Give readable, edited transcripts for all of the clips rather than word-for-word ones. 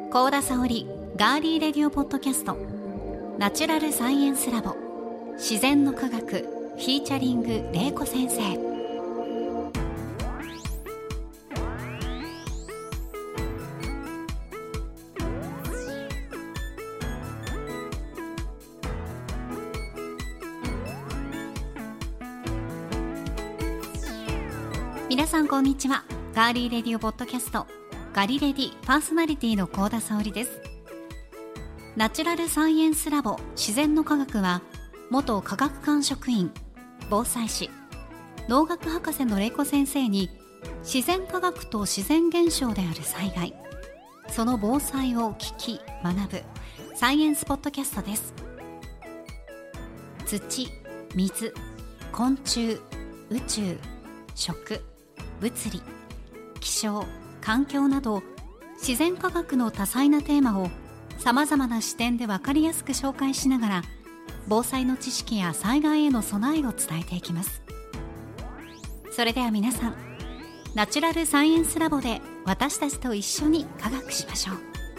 幸田沙織ガーリーレディオポッドキャスト、ナチュラルサイエンスラボ、自然の科学フィーチャリング玲子先生。皆さんこんにちは。ガーリーレディオポッドキャストガリレディパーソナリティの幸田沙織です。ナチュラルサイエンスラボ自然の科学は、元科学館職員、防災士、農学博士の玲子先生に、自然科学と自然現象である災害、その防災を聞き学ぶサイエンスポッドキャストです。土、水、昆虫、宇宙、食、物理、気象、環境など自然科学の多彩なテーマをさまざまな視点で分かりやすく紹介しながら、防災の知識や災害への備えを伝えていきます。それでは皆さん、ナチュラルサイエンスラボで私たちと一緒に科学しましょう。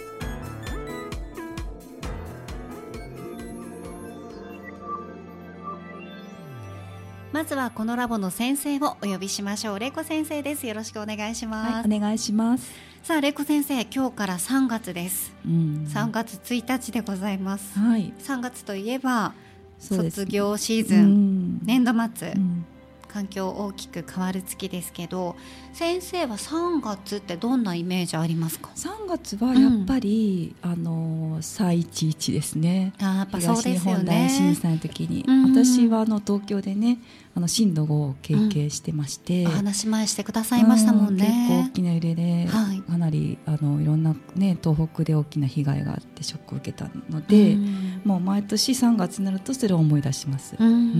まずはこのラボの先生をお呼びしましょう。玲子先生です。よろしくお願いします。 はい、お願いします。 さあ、玲子先生、今日から3月です。3月1日でございます。 はい、 3月といえば、 そうですね、 卒業シーズン、年度末、環境大きく変わる月ですけど、先生は3月ってどんなイメージありますか ？3月はやっぱり、311ですね。 やっぱそうですよね。 東日本大震災の時に、私は東京でね、震度5を経験してまして、 お話前してくださいましたもんね。 結構大きな揺れで、かなりいろんな、ね、東北で大きな被害があってショックを受けたので、もう毎年3月になるとそれを思い出します。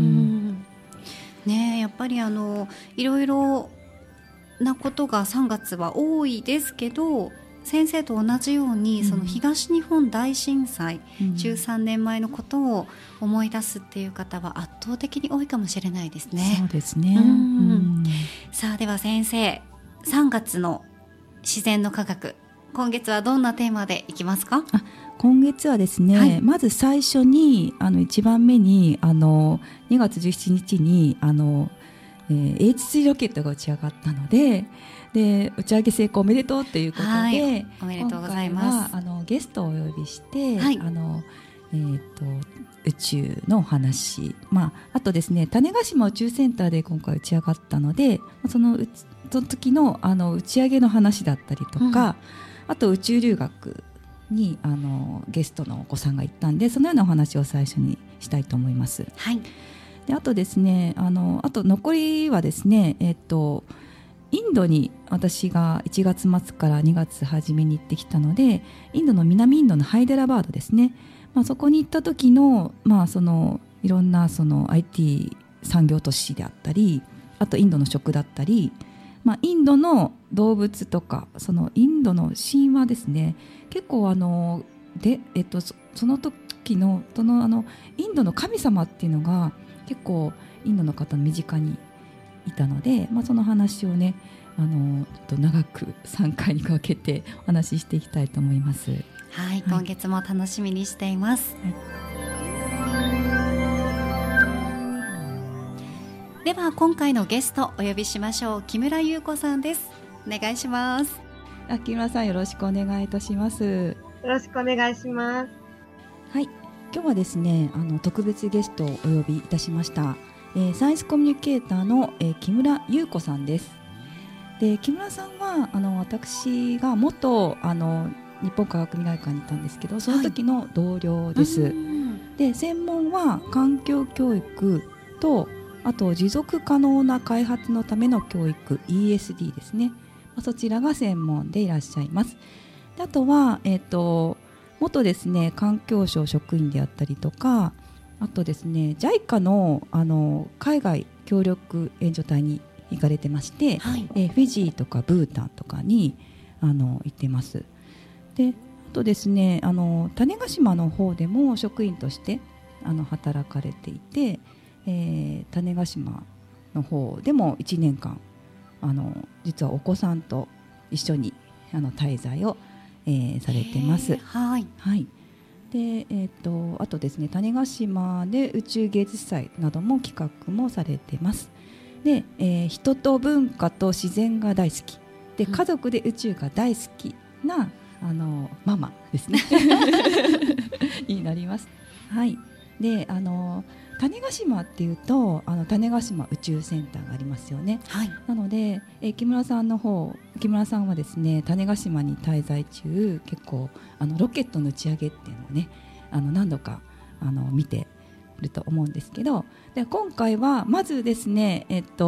ね、やっぱりいろいろなことが3月は多いですけど、先生と同じように、その東日本大震災、13年前のことを思い出すっていう方は圧倒的に多いかもしれないですね。 そうですね。 さあ、では先生、3月の自然の科学、今月はどんなテーマでいきますか？ 今月はですね、まず最初に1番目に2月17日にH3 ロケットが打ち上がったので、打ち上げ成功おめでとうということで、 おめでとうございます。 今回はゲストをお呼びして、宇宙のお話、あとですね、種子島宇宙センターで今回打ち上がったので、その時の打ち上げの話だったりとか、あと宇宙留学にゲストのお子さんが行ったんで、そのようなお話を最初にしたいと思います。で、あとですね、あと残りはですね、インドに私が1月末から2月初めに行ってきたので、インドの南インドのハイデラバードですね、そこに行った時の、いろんなIT 産業都市であったり、あとインドの食だったり、インドの動物とか、そのインドの神話ですね、結構その時のインドの神様っていうのが結構インドの方の身近にいたので、その話をね、長く3回に分けてお話ししていきたいと思います。 今月も楽しみにしています。では今回のゲストお呼びしましょう。木村優子さんです。お願いします。 木村さん、よろしくお願いいたします。 よろしくお願いします。 はい、今日はですね、特別ゲストをお呼びいたしました。サイエンスコミュニケーターの、木村優子さんです。で、木村さんは私が元日本科学未来館にいたんですけど、その時の同僚です。で、専門は環境教育と、あと持続可能な開発のための教育 ESD ですね、そちらが専門でいらっしゃいます。で、あとは、元ですね、環境省職員であったりとか、あとですね、 JICA の、海外協力援助隊に行かれてまして、フィジーとかブータンとかに行ってます。で、あとですね、種子島の方でも職員として働かれていて、種子島の方でも1年間実はお子さんと一緒に滞在を、 されてます。 はい。 はい。で、あとですね、種子島で宇宙芸術祭なども企画もされてます。で、人と文化と自然が大好きで、家族で宇宙が大好きなママですねになります。はい。で、種子島っていうと種子島宇宙センターがありますよね。 はい。 なので、木村さんはですね、種子島に滞在中結構ロケットの打ち上げっていうのをね何度か見てると思うんですけど、で今回はまずですね、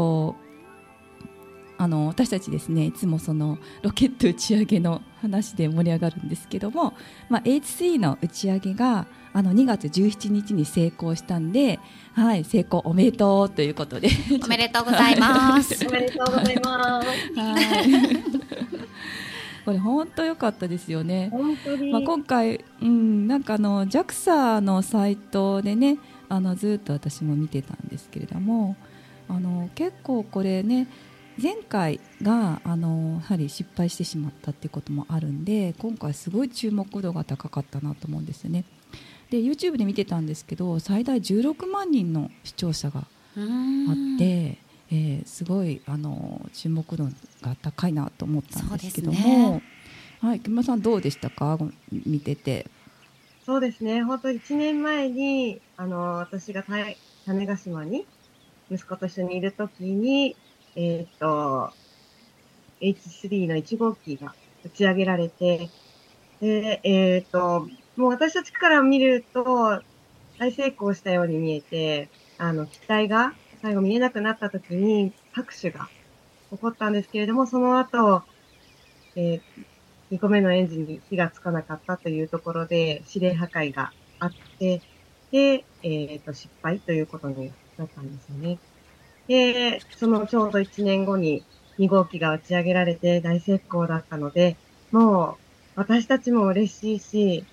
私たちですね、いつもそのロケット打ち上げの話で盛り上がるんですけども、H3 の打ち上げが2月17日に成功したんで、はい、成功おめでとうということでおめでとうございます。 おめでとうございます。 はいこれ本当良かったですよね。 本当に。 今回、なんかJAXA のサイトでねずっと私も見てたんですけれども、結構これね前回がやはり失敗してしまったっていうこともあるんで、今回すごい注目度が高かったなと思うんですよね。で YouTube で見てたんですけど、最大16万人の視聴者があって、すごい注目度が高いなと思ったんですけども、 ね、 はい、木村さんどうでしたか、見てて。 そうですね、本当1年前に私が種子島に息子と一緒にいるときにH3 の1号機が打ち上げられて、で、もう私たちから見ると大成功したように見えて、機体が最後見えなくなった時に拍手が起こったんですけれども、その後、2個目のエンジンに火がつかなかったというところで指令破壊があって、で、失敗ということになったんですよね。で、そのちょうど1年後に2号機が打ち上げられて大成功だったので、もう私たちも嬉しいし、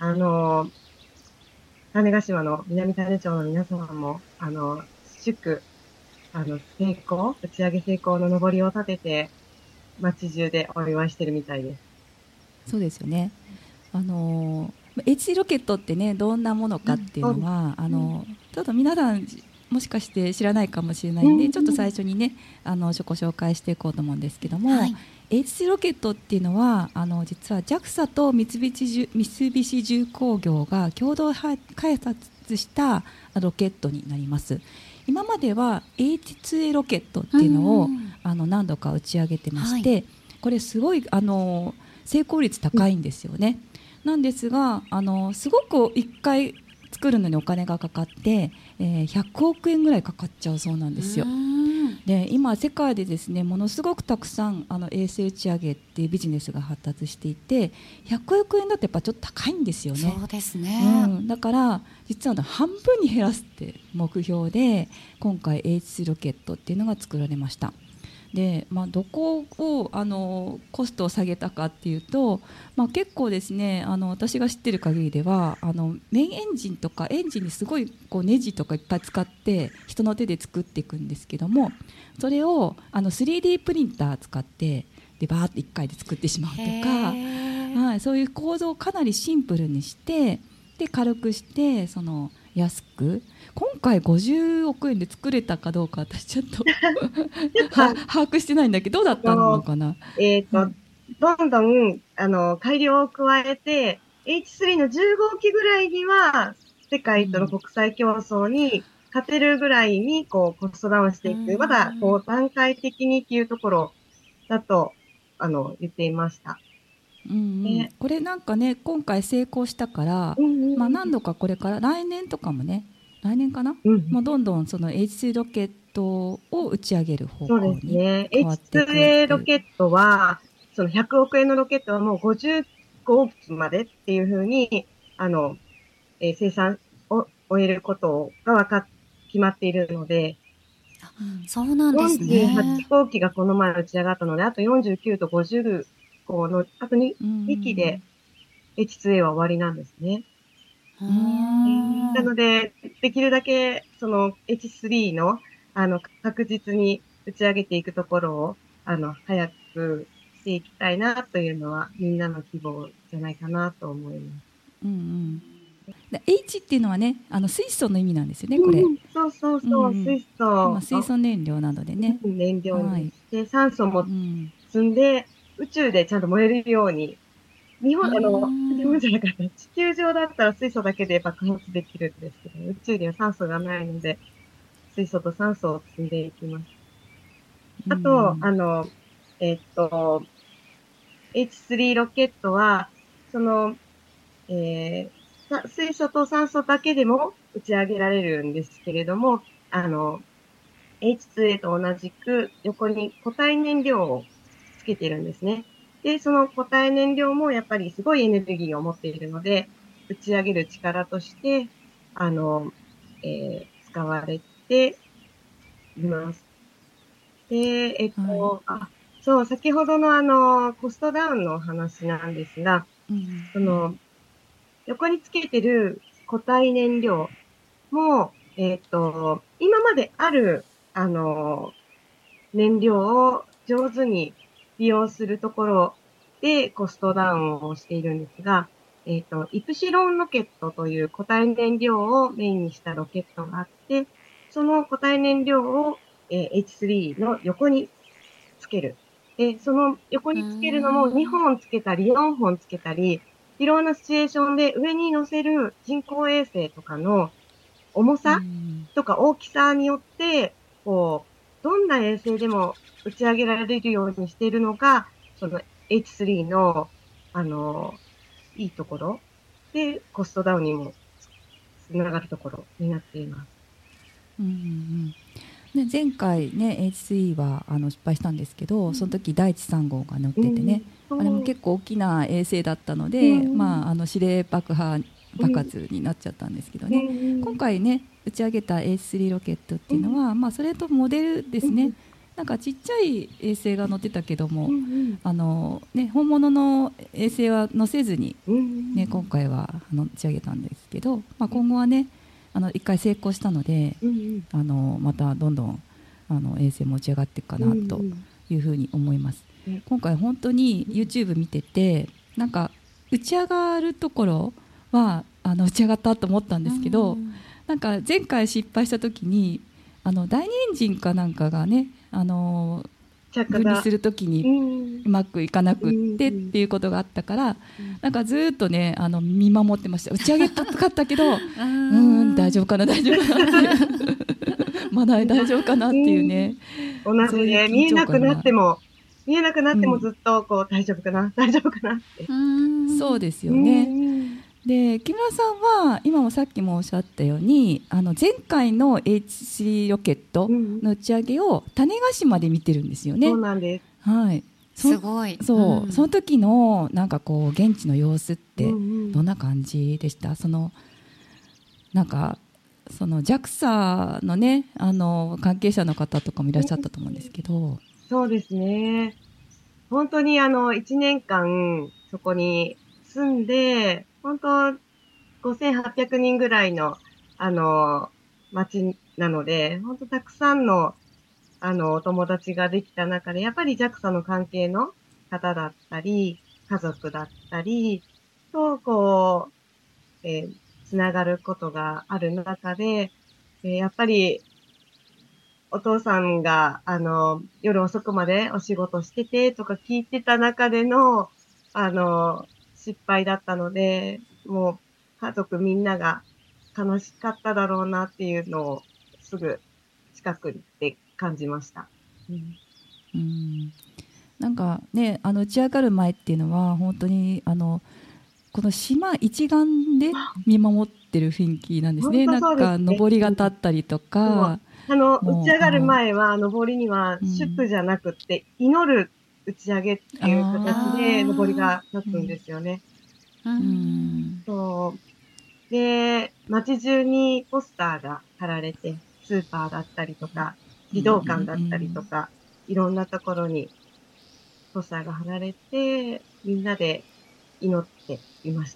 種子島の南種町の皆様も、祝、成功、打ち上げ成功の上りを立てて、街中でお祝いしてるみたいです。 そうですよね。H ロケットってね、どんなものかっていうのは、ちょっと皆さんもしかして知らないかもしれないんで、ちょっと最初にねご紹介していこうと思うんですけども、はい、H ロケットっていうのは実は JAXA と三菱重工業が共同開発したロケットになります。今までは H2A ロケットっていうのを何度か打ち上げてまして、はい、これすごい成功率高いんですよね。なんですがすごく1回作るのにお金がかかって、100億円ぐらいかかっちゃうそうなんですよ。で今世界でですねものすごくたくさん衛星打ち上げっていうビジネスが発達していて、100億円だとやっぱちょっと高いんですよね。 そうですね、 だから実は半分に減らすって目標で今回 H2 ロケットっていうのが作られました。でどこをコストを下げたかっていうと、結構ですね私が知ってる限りではメインエンジンとかエンジンにすごいネジとかいっぱい使って人の手で作っていくんですけども、それを3D プリンター使ってでバーッと1回で作ってしまうとか、はい、そういう構造をかなりシンプルにしてで軽くして安く今回50億円で作れたかどうか私ちょっと把握してないんだけどどうだったのかな。 どんどん改良を加えて H3 の10号機ぐらいには世界との国際競争に勝てるぐらいにコストダウンしていく、まだ段階的にっていうところだと言っていました。 これなんかね今回成功したから、何度かこれから来年とかもね来年かな、どんどんその H2 ロケットを打ち上げる方向に変わっていく。 そうですね。H2A ロケットはその100億円のロケットはもう55億機までっていうふうに生産を終えることが決まっているので、 そうなんですね。 48号機がこの前打ち上がったので、あと49と50のあと 2機で H2A は終わりなんですね。なので、できるだけその H3 の確実に打ち上げていくところを早くしていきたいなというのはみんなの希望じゃないかなと思います。 うんうん、で H っていうのはね、水素の意味なんですよね、これ。 そうそうそう、水素。 水素燃料などでね。 燃料にして、酸素も積んで、宇宙でちゃんと燃えるように。日本じゃなかった。地球上だったら水素だけで爆発できるんですけど、宇宙には酸素がないので、水素と酸素を積んでいきます。あと、H3 ロケットは、水素と酸素だけでも打ち上げられるんですけれども、H2A と同じく横に固体燃料をつけているんですね。で、その固体燃料もやっぱりすごいエネルギーを持っているので、打ち上げる力として、使われています。で、そう、先ほどのコストダウンの話なんですが、横につけてる固体燃料も、今まである、燃料を上手に利用するところでコストダウンをしているんですが、イプシロンロケットという固体燃料をメインにしたロケットがあって、その固体燃料を、H3 の横につける。その横につけるのも2本つけたり4本つけたり、いろんなシチュエーションで上に乗せる人工衛星とかの重さとか大きさによって、こう、どんな衛星でも打ち上げられるようにしているのが、その H3 の、いいところで、コストダウンにもつながるところになっています。 ね、前回ね H3 は失敗したんですけど、その時第一3号が乗っててね、あれも結構大きな衛星だったので、指令爆発になっちゃったんですけどね、今回ね打ち上げた H3 ロケットっていうのは、それとモデルですね。なんかちっちゃい衛星が乗ってたけども、本物の衛星は乗せずに、ね、今回は打ち上げたんですけど、今後はね一回成功したので、またどんどん衛星も打ち上がっていくかなというふうに思います。今回本当に YouTube 見てて、なんか打ち上がるところは打ち上がったと思ったんですけど、なんか前回失敗した時に第二エンジンかなんかがね分離するときにうまくいかなくってっていうことがあったから、なんかずっとね見守ってました。打ち上げっぽかったけど大丈夫かな大丈夫かなってまだ大丈夫かなっていうね。 同じで見えなくなってもずっとこう大丈夫かな大丈夫かなって。 そうですよね。で木村さんは今もさっきもおっしゃったように前回の H3 ロケットの打ち上げを種子島で見てるんですよね。 そうなんです。 はい。 すごい。 その時のなんかこう現地の様子ってどんな感じでした？なんかその JAXA のね関係者の方とかもいらっしゃったと思うんですけど。 そうですね。本当に1年間そこに住んで、本当5800人ぐらいの町なので、本当たくさんのお友達ができた中で、やっぱり JAXA の関係の方だったり、家族だったりとこう、つながることがある中で、やっぱりお父さんが夜遅くまでお仕事しててとか聞いてた中での失敗だったので、もう家族みんなが悲しかっただろうなっていうのをすぐ近くで感じました。 なんかね打ち上がる前っていうのは本当にこの島一丸で見守ってる雰囲気なんですね。なんか上りが立ったりとか、 打ち上がる前は上りには祝じゃなくって祈る打ち上げっていう形で上りが立つんですよね。そうで、街中にポスターが貼られて、スーパーだったりとか、児童館だったりとか、いろんなところにポスターが貼られて、みんなで祈っていました。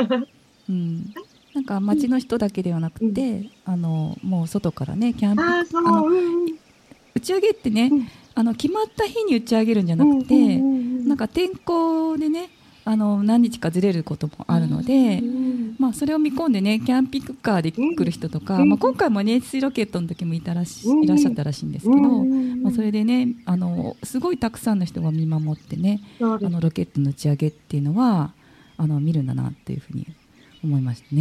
なんか街の人だけではなくて、もう外からねキャンプ打ち上げってね、決まった日に打ち上げるんじゃなくて、 なんか天候でね何日かずれることもあるので、まあ、それを見込んでねキャンピングカーで来る人とか、まあ、今回もね H3 ロケットの時もいらっしゃったらしいんですけど、まあ、それでねすごいたくさんの人が見守ってねロケットの打ち上げっていうのは見るんだなっていうふうに思いましたね。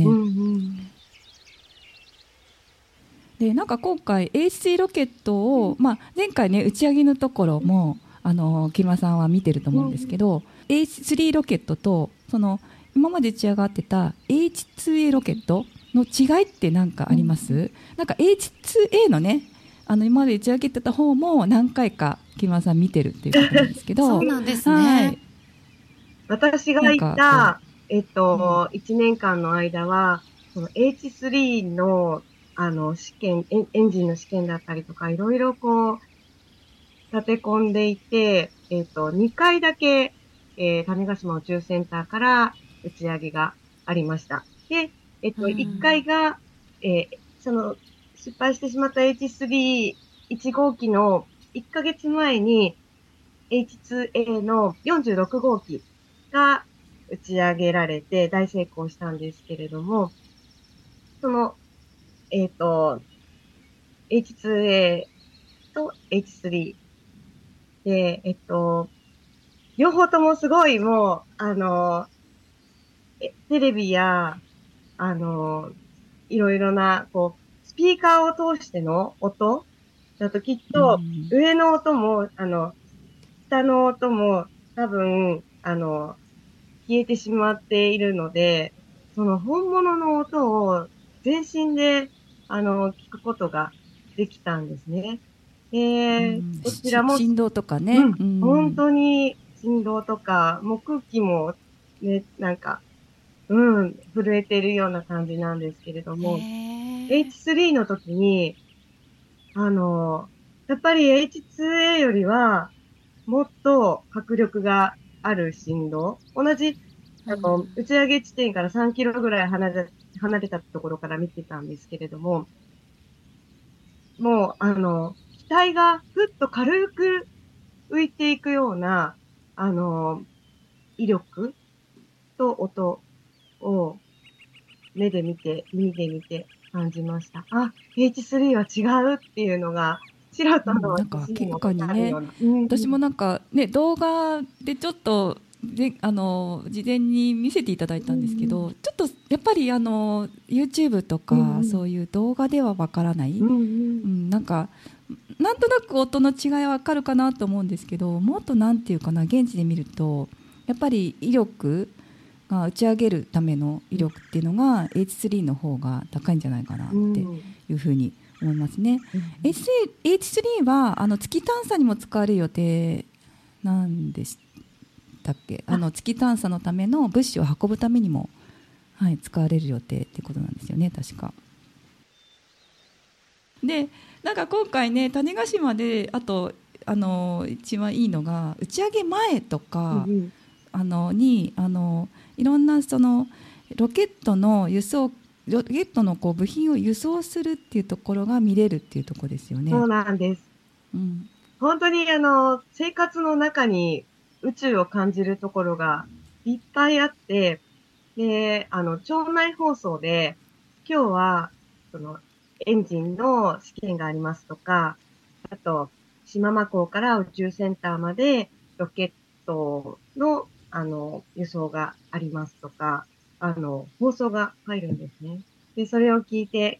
でなんか今回 H3 ロケットを、まあ、前回ね打ち上げのところも木村さんは見てると思うんですけど、H3 ロケットとその今まで打ち上がってた H2A ロケットの違いって何かあります？なんか H2A のね今まで打ち上げてた方も何回か木村さん見てるっていうことなんですけどそうなんですね、 はい、 私が行った1年間の間はその H3 の試験エンジンの試験だったりとかいろいろこう立て込んでいて2回だけ種子島宇宙センターから打ち上げがありました。で、1回が、その、失敗してしまった H3-1 号機の1ヶ月前に H2A の46号機が打ち上げられて大成功したんですけれども、その、H2A と H3 で、両方ともすごいもう、テレビや、いろいろな、こう、スピーカーを通しての音だときっと、上の音も、下の音も多分、消えてしまっているので、その本物の音を全身で、聞くことができたんですね。こちらも、 振動とかね、 本当に振動とか、もう空気もね、なんか、震えているような感じなんですけれども、H3 の時に、やっぱり H2A よりは、もっと迫力がある振動。同じ、打ち上げ地点から3キロぐらい離れたところから見てたんですけれども、もう、機体がふっと軽く浮いていくような、威力と音を目で見て感じました。あ、H3 は違うっていうのが、白とのなんか結果にね、私もなんかね、動画でちょっと、で事前に見せていただいたんですけど、ちょっとやっぱりYouTube とか、そういう動画ではわからない、なんかなんとなく音の違いはわかるかなと思うんですけど、もっとなんていうかな、現地で見るとやっぱり威力が打ち上げるための威力っていうのが H3 の方が高いんじゃないかなっていうふうに思いますね。H3 は月探査にも使われる予定なんでしたっけ？月探査のための物資を運ぶためにも、はい、使われる予定ってことなんですよね、確か。でなんか今回ね、種子島であと一番いいのが打ち上げ前とか、にいろんなそのロケットのこう部品を輸送するっていうところが見れるっていうところですよね。 そうなんです。本当に生活の中に宇宙を感じるところがいっぱいあって、で、町内放送で、今日は、その、エンジンの試験がありますとか、あと、島間港から宇宙センターまでロケットの、輸送がありますとか、放送が入るんですね。で、それを聞いて、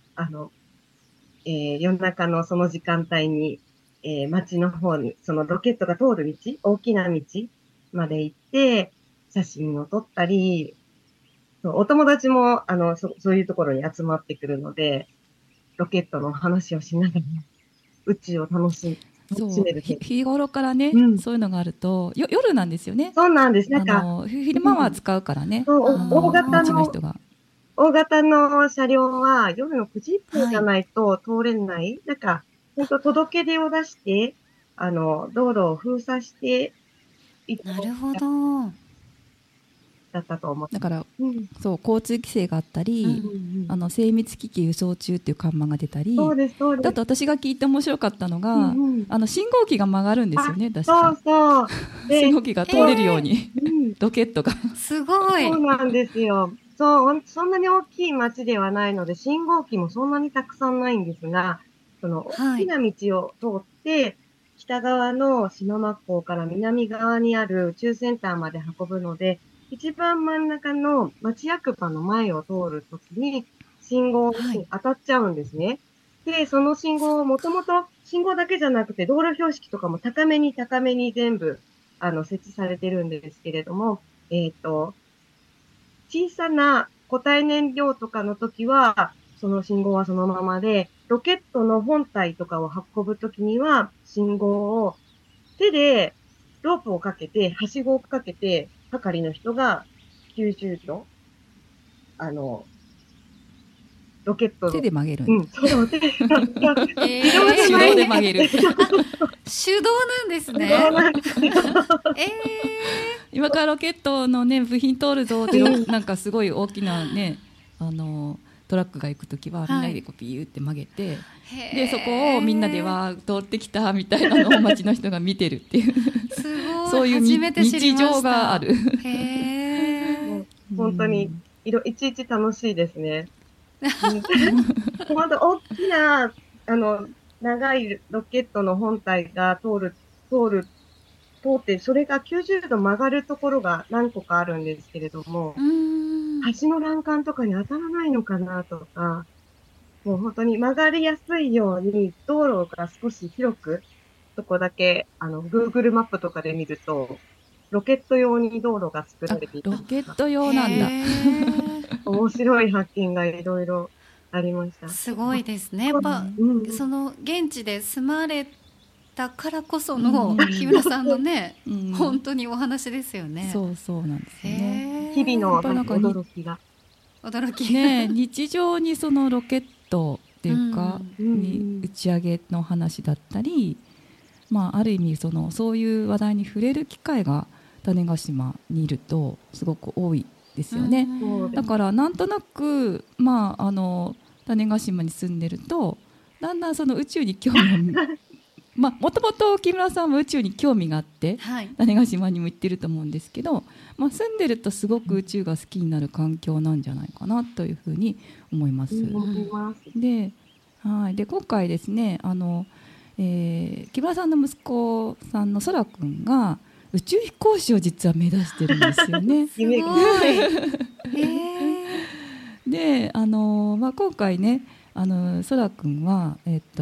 夜中のその時間帯に、街の方に、そのロケットが通る道、大きな道まで行って、写真を撮ったり、お友達も、そういうところに集まってくるので、ロケットの話をしながら、宇宙を楽しめる。 日頃からね、そういうのがあると、夜なんですよね。 そうなんです。なんか、 昼間は使うからね。 大型の車両は夜の9時分じゃないと通れない。なんか、本当届け出を出して、道路を封鎖してなるほど。 だったと思う。 だから、 うん、 そう交通規制があったり、精密機器輸送中っていう看板が出たり、 そうですそうです。 だと私が聞いて面白かったのが、信号機が曲がるんですよね、確か。そう信号機が通れるように、ロケットが。 すごい。 そうなんですよ。そんなに大きい町ではないので、信号機もそんなにたくさんないんですが、その大きな道を通って、北側の島真港から南側にある宇宙センターまで運ぶので、一番真ん中の町役場の前を通るときに、信号に当たっちゃうんですね。で、その信号をもともと信号だけじゃなくて道路標識とかも高めに全部、設置されてるんですけれども、小さな固体燃料とかの時は、その信号はそのままで、ロケットの本体とかを運ぶときには、信号を手でロープをかけて、はしごをかけて、係の人が90度、ロケットの。 手で曲げる。 そう、手で曲げる。手動で曲げる。 手動なんですね。 そうなんですよ。 今からロケットのね、部品通るぞって、なんかすごい大きなね、トラックが行くときはみんなでこうピューって曲げて、でそこをみんなでわー通ってきたみたいなのを街の人が見てるっていうそういう日常がある。 本当にいちいち楽しいですね。本当大きな長いロケットの本体が通って、それが90度曲がるところが何個かあるんですけれども、橋の欄干とかに当たらないのかなとか、もう本当に曲がりやすいように道路が少し広く、そこだけ、Google マップとかで見ると、ロケット用に道路が作られていた。 ロケット用なんだ。 面白い発見がいろいろありました。 すごいですね。やっぱ、その現地で住まれたからこその木村さんのね、本当にお話ですよね。 そうなんですよね。 日々の驚きが。 ね、日常にそのロケットっていうか、に打ち上げの話だったり、ある意味そういう話題に触れる機会が種子島にいるとすごく多いですよね。だからなんとなく、種子島に住んでるとだんだんその宇宙に興味をもともと木村さんも宇宙に興味があって、種子島にも行ってると思うんですけど、住んでるとすごく宇宙が好きになる環境なんじゃないかなというふうに思います。で、今回ですね、木村さんの息子さんの空くんが宇宙飛行士を実は目指してるんですよね。 すごい。 で、今回ね、空くんは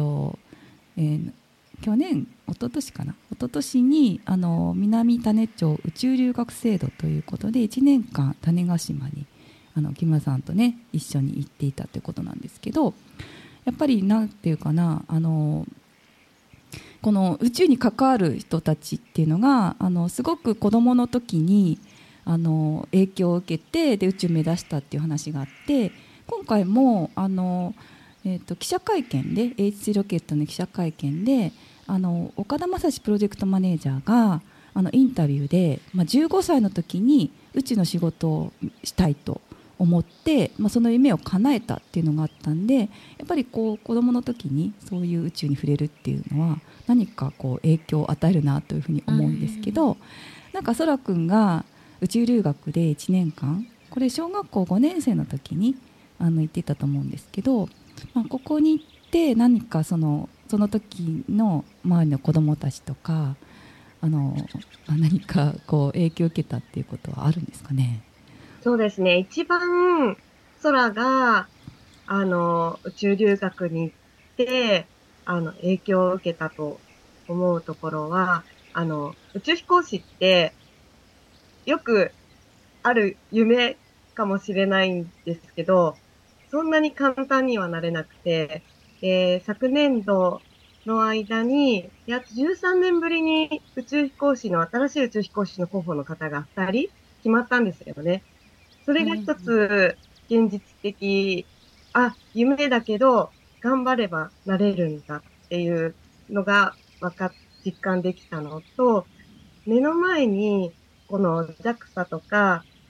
去年、一昨年に南種子宇宙留学制度ということで1年間種子島に木村さんとね一緒に行っていたということなんですけど、やっぱりなんていうかな、この宇宙に関わる人たちっていうのがすごく子どもの時に影響を受けてで宇宙を目指したっていう話があって、今回も記者会見で H3 ロケットの記者会見で岡田正史プロジェクトマネージャーがインタビューで、15歳の時に宇宙の仕事をしたいと思って、その夢を叶えたっていうのがあったんで、やっぱり子どもの時にそういう宇宙に触れるっていうのは何か影響を与えるなというふうに思うんですけど、なんか空くんが宇宙留学で1年間、これ小学校5年生の時に行っていたと思うんですけど、ここに行って何かその時の周りの子どもたちとか何か影響を受けたっていうことはあるんですかね。 そうですね。一番空が宇宙留学に行って影響を受けたと思うところは宇宙飛行士ってよくある夢かもしれないんですけど、そんなに簡単にはなれなくて、昨年度の間に、やっと13年ぶりに新しい宇宙飛行士の候補の方が2人決まったんですよね。それが一つ現実的、夢だけど頑張ればなれるんだっていうのが実感できたのと、目の前にこの JAXA とか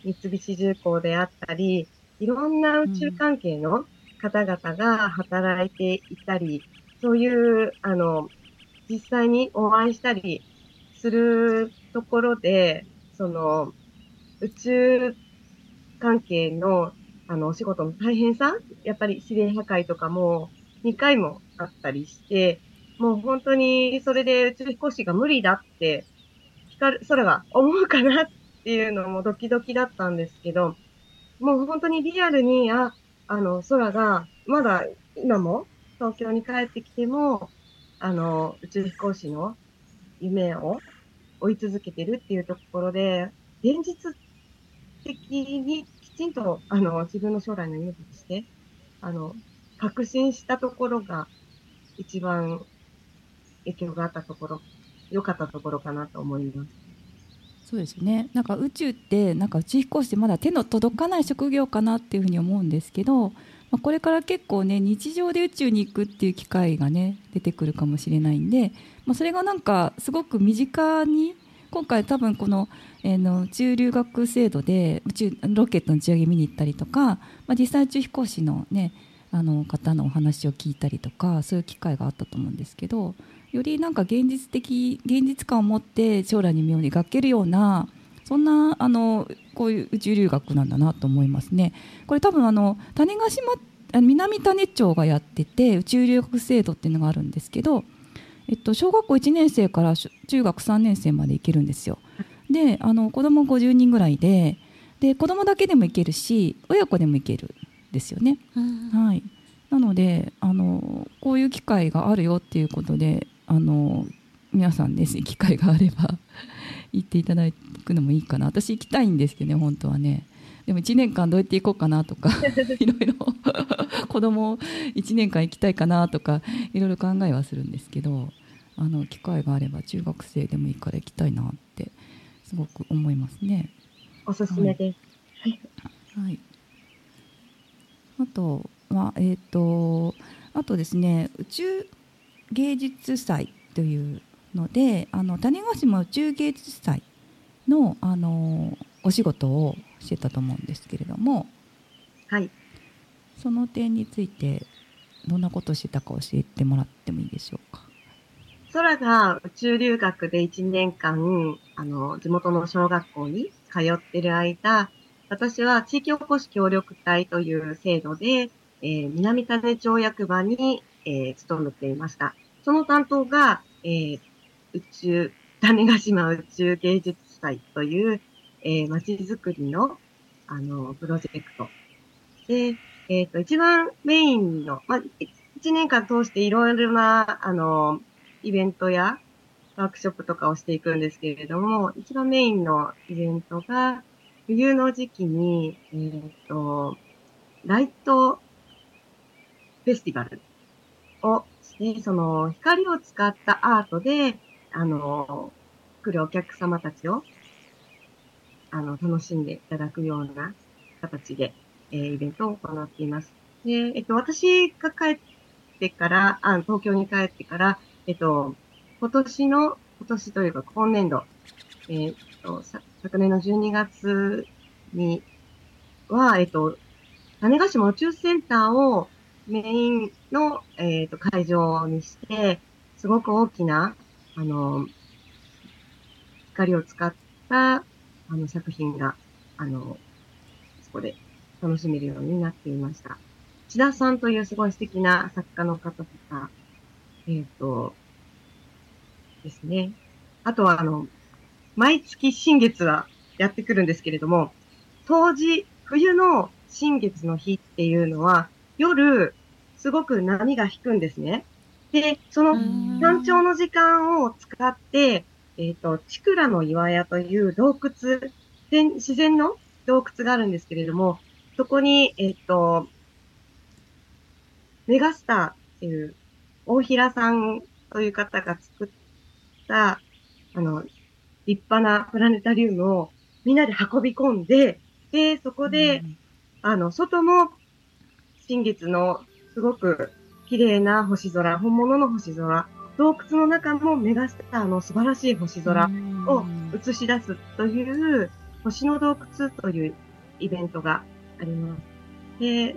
三菱重工であったり、いろんな宇宙関係の方々が働いていたり、そういう、実際にお会いしたりするところで、宇宙関係の、お仕事の大変さ、やっぱり自然破壊とかも2回もあったりして、もう本当にそれで宇宙飛行士が無理だって、空が思うかなっていうのもドキドキだったんですけど、もう本当にリアルに、空が、まだ今も東京に帰ってきても、宇宙飛行士の夢を追い続けてるっていうところで、現実的にきちんと、自分の将来の夢として、確信したところが一番影響があったところ、良かったところかなと思います。 そうですね。なんか宇宙ってなんか宇宙飛行士ってまだ手の届かない職業かなっていうふうに思うんですけど、これから結構ね日常で宇宙に行くっていう機会がね出てくるかもしれないんで、それがなんかすごく身近に今回多分この、宇宙留学制度でロケットの打ち上げ見に行ったりとか、実際宇宙飛行士のね方のお話を聞いたりとかそういう機会があったと思うんですけど、よりなんか現実感を持って将来に目を描けるようなそんなこういう宇宙留学なんだなと思いますね。これ多分種子島南種子がやってて宇宙留学制度っていうのがあるんですけど、小学校1年生から中学3年生まで行けるんですよ。で子供50人ぐらいで子供だけでも行けるし親子でも行けるんですよね、はい、なのでこういう機会があるよっていうことで皆さんね機会があれば行っていただくのもいいかな。私行きたいんですけどね本当はね。でも1年間どうやって行こうかなとかいろいろ子供1年間行きたいかなとかいろいろ考えはするんですけど、機会があれば中学生でもいいから行きたいなってすごく思いますね。 おすすめです。 はい。あとはあとですね宇宙芸術祭というので種子島宇宙芸術祭のお仕事をしてたと思うんですけれども、 はい。 その点についてどんなことをしてたか教えてもらってもいいでしょうか。 空が宇宙留学で1年間、地元の小学校に通ってる間、私は地域おこし協力隊という制度で、南種町役場に、勤めていました。その担当が、種子島宇宙芸術祭という、街づくりの、プロジェクト。で、一番メインの、1年間通していろいろな、イベントやワークショップとかをしていくんですけれども、一番メインのイベントが、冬の時期に、ライトフェスティバルをして、その光を使ったアートで、来るお客様たちを、楽しんでいただくような形で、イベントを行っています。で、私が帰ってから、東京に帰ってから、今年というか今年度、昨年の12月には、種子島宇宙センターをメインの、会場にして、すごく大きな、光を使った、作品が、そこで楽しめるようになっていました。千田さんというすごい素敵な作家の方とか、ですね。あとは、毎月新月はやってくるんですけれども、冬の新月の日っていうのは、夜、すごく波が引くんですね。で、その山頂の時間を使って、チクラの岩屋という洞窟、自然の洞窟があるんですけれども、そこに、メガスターっていう、大平さんという方が作った、立派なプラネタリウムをみんなで運び込んで、で、そこで、外も新月のすごく綺麗な星空、本物の星空、洞窟の中もメガスターの素晴らしい星空を映し出すという、 星の洞窟というイベントがあります。で、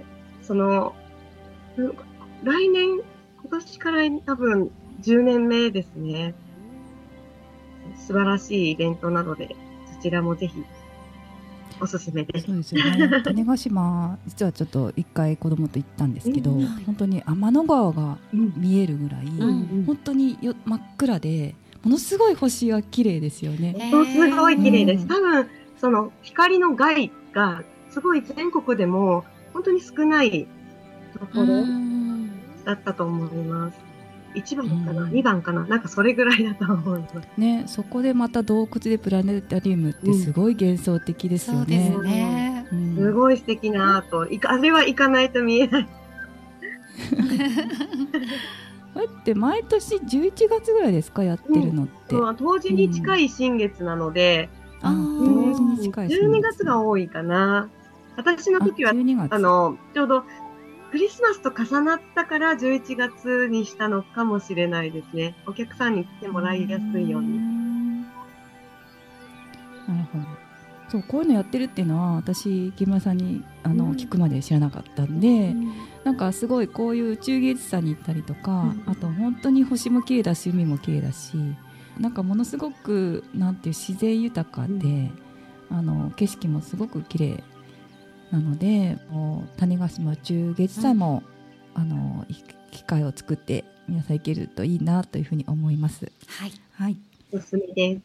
来年、今年から多分10年目ですね。素晴らしいイベントなので、そちらもぜひおすすめです。 そうですよね。種子島、実はちょっと一回子供と行ったんですけど、本当に天の川が見えるぐらい、本当に真っ暗で、ものすごい星が綺麗ですよね。 ものすごい綺麗です。多分、その光の害がすごい全国でも本当に少ないところだったと思います。1番かな、2番かな、なんかそれぐらいだと思いますね。そこでまた洞窟でプラネタリウムってすごい幻想的ですよね。 そうですね。 すごい素敵なアート。あれは行かないと見えない。 あれって毎年11月ぐらいですか、やってるのって。 冬至に近い新月なので、 冬至に近い新月。 12月が多いかな。私の時は、ちょうどクリスマスと重なったから11月にしたのかもしれないですね。お客さんに来てもらいやすいように。 なるほど。そう、こういうのやってるっていうのは私木村さんに聞くまで知らなかったんで、なんかすごいこういう宇宙芸術祭に行ったりとか、あと本当に星も綺麗だし海も綺麗だし、なんかものすごくなんていう自然豊かで、景色もすごく綺麗なので、もう種子島宇宙芸術祭も、機会を作って皆さん行けるといいなというふうに思います。 はい、 はい、おすすめです。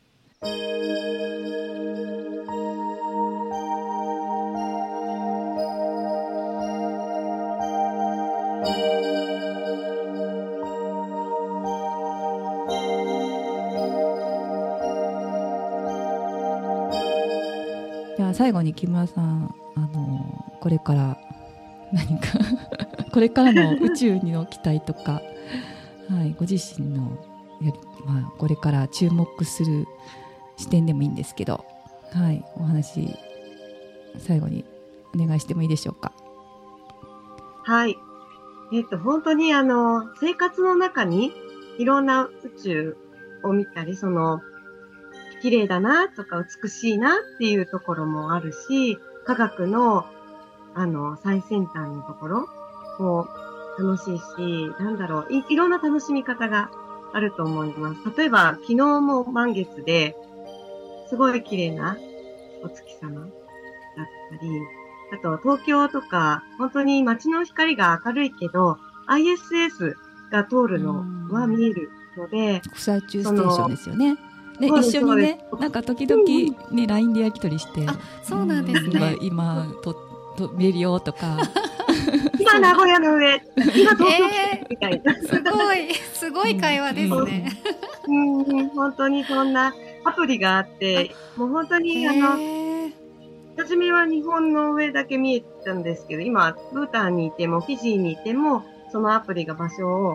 じゃあ最後に木村さん、これから何かこれからの宇宙の期待とか、はい、ご自身のこれから注目する視点でもいいんですけど、はい、お話最後にお願いしてもいいでしょうか。 はい。本当に生活の中にいろんな宇宙を見たり、綺麗だなとか美しいなっていうところもあるし、科学の最先端のところも楽しいし、いろんな楽しみ方があると思います。例えば昨日も満月ですごい綺麗なお月様だったり、あと東京とか本当に街の光が明るいけど ISS が通るのは見えるので、 国際宇宙ステーションですよね。で一緒にね、なんか時々ね LINE でやり取りして、 そうなんですね。 今見えるよとか今名古屋の上、今東京来てみたいな、 すごい会話ですね。 本当にそんなアプリがあって、もう本当に初めは日本の上だけ見えたんですけど、今ブータンにいてもフィジーにいてもそのアプリが場所を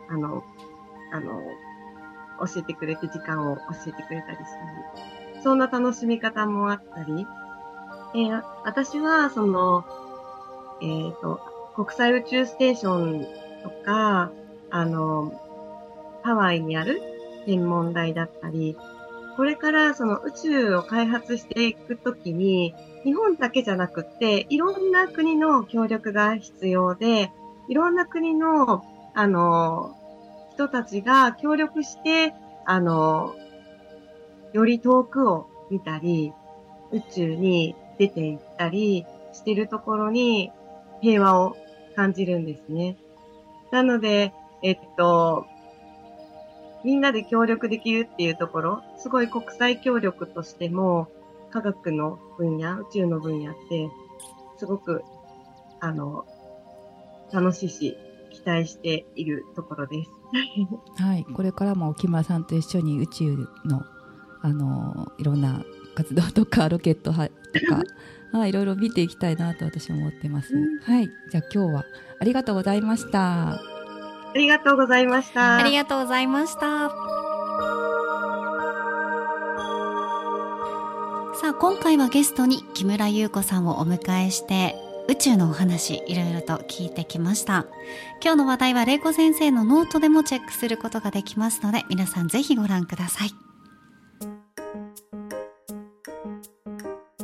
教えてくれて、時間を教えてくれたりしたり、そんな楽しみ方もあったり、私は国際宇宙ステーションとか、ハワイにある天文台だったり、これから宇宙を開発していくときに、日本だけじゃなくって、いろんな国の協力が必要で、いろんな国の、人たちが協力して、より遠くを見たり、宇宙に出ていったりしてるところに平和を感じるんですね。なので、みんなで協力できるっていうところ、すごい国際協力としても、科学の分野、宇宙の分野って、すごく、楽しいし、期待しているところです。 はい、これからも木村さんと一緒に宇宙の、いろんな活動とかロケットとかいろいろ見ていきたいなと私は思ってます。はい、じゃあ今日はありがとうございました。 ありがとうございました。 ありがとうございました。さあ今回はゲストに木村優子さんをお迎えして宇宙のお話いろいろと聞いてきました。今日の話題は玲子先生のノートでもチェックすることができますので、皆さんぜひご覧ください。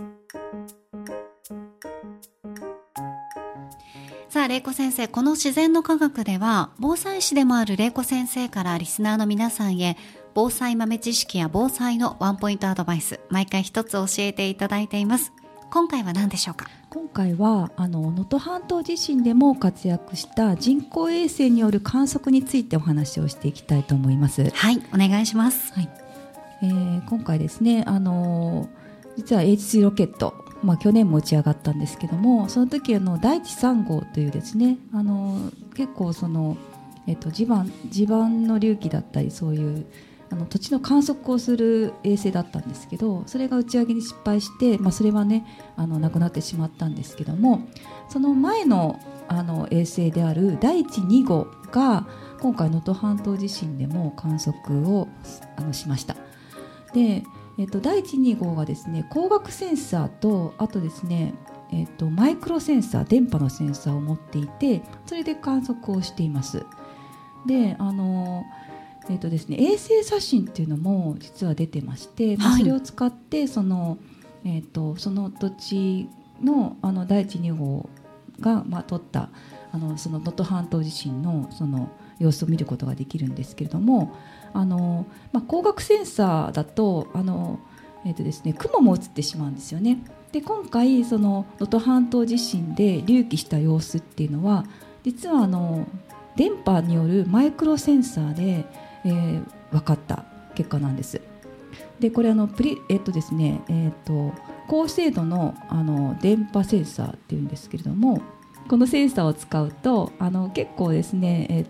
あ玲子先生、この自然の科学では防災士でもある玲子先生からリスナーの皆さんへ防災豆知識や防災のワンポイントアドバイス、毎回一つ教えていただいています。今回は何でしょうか？ 今回は能登半島地震でも活躍した人工衛星による観測についてお話をしていきたいと思います。 はい、お願いします。 はい。今回ですね、実は H3 ロケット、去年も打ち上がったんですけども、その時大地3号というですね、結構地盤の隆起だったり、そういう土地の観測をする衛星だったんですけど、それが打ち上げに失敗して、それはねなくなってしまったんですけども、その前の衛星である大地2号が今回能登半島地震でも観測をしました。で、大地2号がですね、光学センサーと、あとですね、マイクロセンサー、電波のセンサーを持っていて、それで観測をしています。で、ですね、衛星写真っていうのも実は出てまして、それを使ってその土地の大地2号が撮ったその能登半島地震のその様子を見ることができるんですけれども、光学センサーだとですね、雲も映ってしまうんですよね。で、今回その能登半島地震で隆起した様子っていうのは、実は電波によるマイクロセンサーで、分かった結果なんです。で、これですね、高精度の電波センサーっていうんですけれども、このセンサーを使うと結構ですね、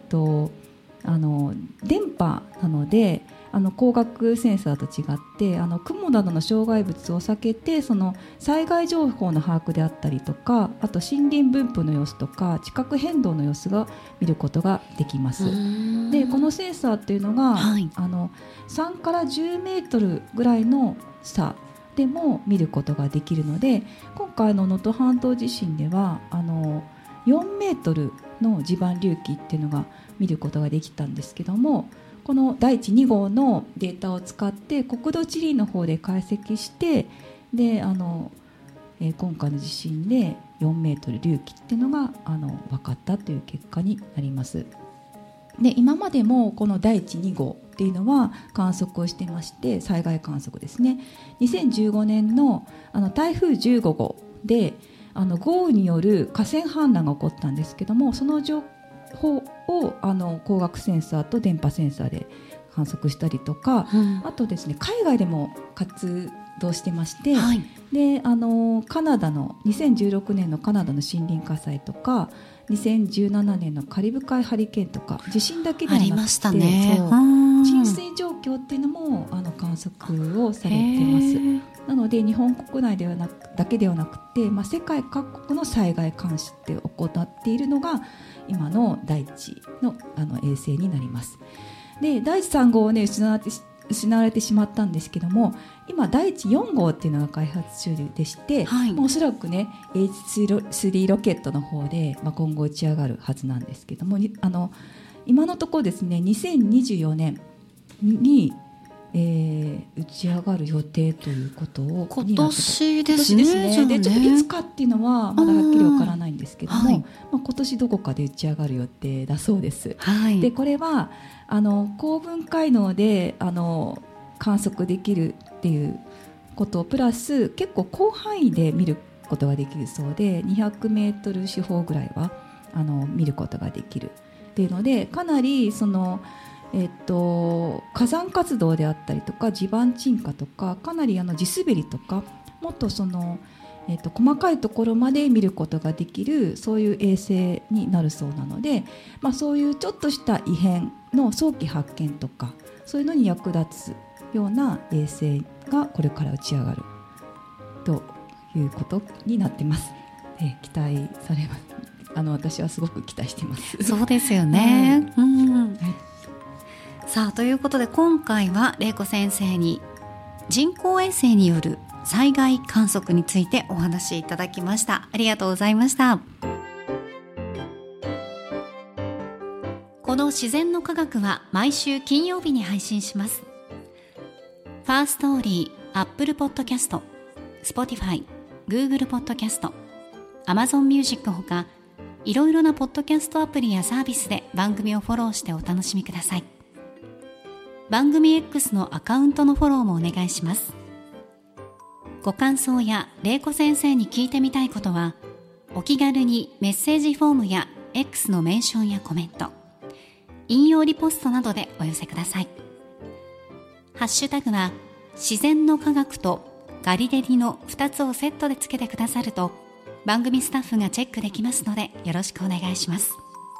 電波なので光学センサーと違って雲などの障害物を避けて、その災害情報の把握であったりとか、あと森林分布の様子とか地殻変動の様子が見ることができます。で、このセンサーっていうのが、3から10メートルぐらいの差でも見ることができるので、今回の能登半島地震では4メートルの地盤隆起っていうのが見ることができたんですけども、この大地2号のデータを使って国土地理の方で解析して、で今回の地震で4メートル隆起っていうのが分かったという結果になります。で、今までもこの大地2号っていうのは観測をしていまして、災害観測ですね、2015年の台風15号で豪雨による河川氾濫が起こったんですけども、その情報を光学センサーと電波センサーで観測したりとか、あとですね、海外でも活動してまして、でカナダの2016年のカナダの森林火災とか、2017年のカリブ海ハリケーンとか、地震だけではなくてありましたね。 浸水状況っていうのも観測をされてます。なので日本国内ではだけではなくて、世界各国の災害監視って行っているのが今の大地の衛星になります。で、大地3号をね失われてしまったんですけども、今大地4号っていうのが開発中でして、おそらくね H3 ロケットの方で、今後打ち上がるはずなんですけども、今のところですね、2024年に打ち上がる予定ということを今年ですね。 で、ちょっといつかっていうのはまだはっきりわからないんですけども、今年どこかで打ち上がる予定だそうです。で、これは高分解能で観測できるっていうことプラス、結構広範囲で見ることができるそうで、200メートル四方ぐらいは見ることができるっていうので、かなり火山活動であったりとか地盤沈下とか、かなり地滑りとか、もっと細かいところまで見ることができる、そういう衛星になるそうなので、そういうちょっとした異変の早期発見とか、そういうのに役立つような衛星がこれから打ち上がるということになってます。期待されます。私はすごく期待しています。 そうですよね。さあ、ということで今回は玲子先生に人工衛星による災害観測についてお話しいただきました。ありがとうございました。この自然の科学は毎週金曜日に配信します。ファーストーリー、Apple Podcast、Spotify、Google Podcast、Amazon Music ほかいろいろなポッドキャストアプリやサービスで番組をフォローしてお楽しみください。番組 X のアカウントのフォローもお願いします。ご感想や玲子先生に聞いてみたいことは、お気軽にメッセージフォームや X のメンションやコメント、引用リポストなどでお寄せください。ハッシュタグは自然の科学とガリレディの2つをセットでつけてくださると、番組スタッフがチェックできますので、よろしくお願いします。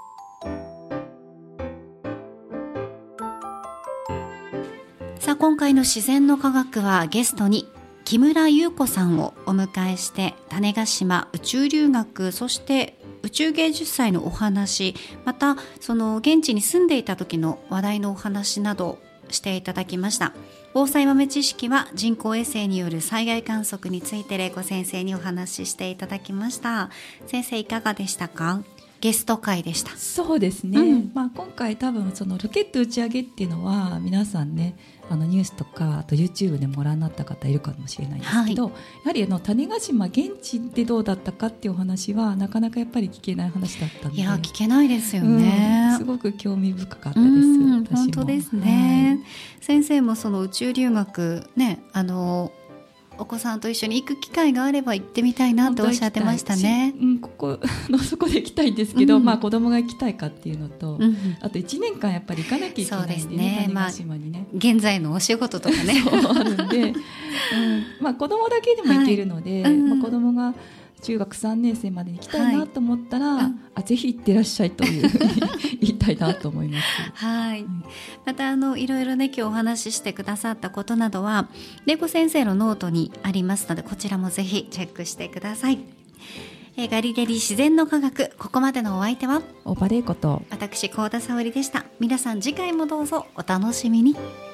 さあ、今回の自然の科学はゲストに木村優子さんをお迎えして、種子島宇宙留学、そして宇宙芸術祭のお話、またその現地に住んでいた時の話題のお話などしていただきました。防災豆知識は人工衛星による災害観測について玲子先生にお話ししていただきました。先生いかがでしたか？ゲスト会でした。 そうですね、今回多分そのロケット打ち上げっていうのは皆さんね、ニュースとかあと YouTube でもご覧になった方いるかもしれないんですけど、やはり種子島現地でどうだったかっていうお話はなかなかやっぱり聞けない話だったので、 いや聞けないですよね、 すごく興味深かったです。 本当ですね、先生もその宇宙留学ね、お子さんと一緒に行く機会があれば行ってみたいなっておっしゃってましたね。 ここのそこで行きたいんですけど、子供が行きたいかっていうのと、あと1年間やっぱり行かなきゃいけないんでね、種子島にね、 現在のお仕事とかねそうあるんで、子供だけでも行けるので、子供が中学3年生までに行きたいなと思ったら、ぜひ行ってらっしゃいというふうに言いたいなと思います。 またいろいろね、今日お話ししてくださったことなどは玲子先生のノートにありますので、こちらもぜひチェックしてください。ガリレディ自然の科学、ここまでのお相手は大場玲子と私幸田沙織でした。皆さん次回もどうぞお楽しみに。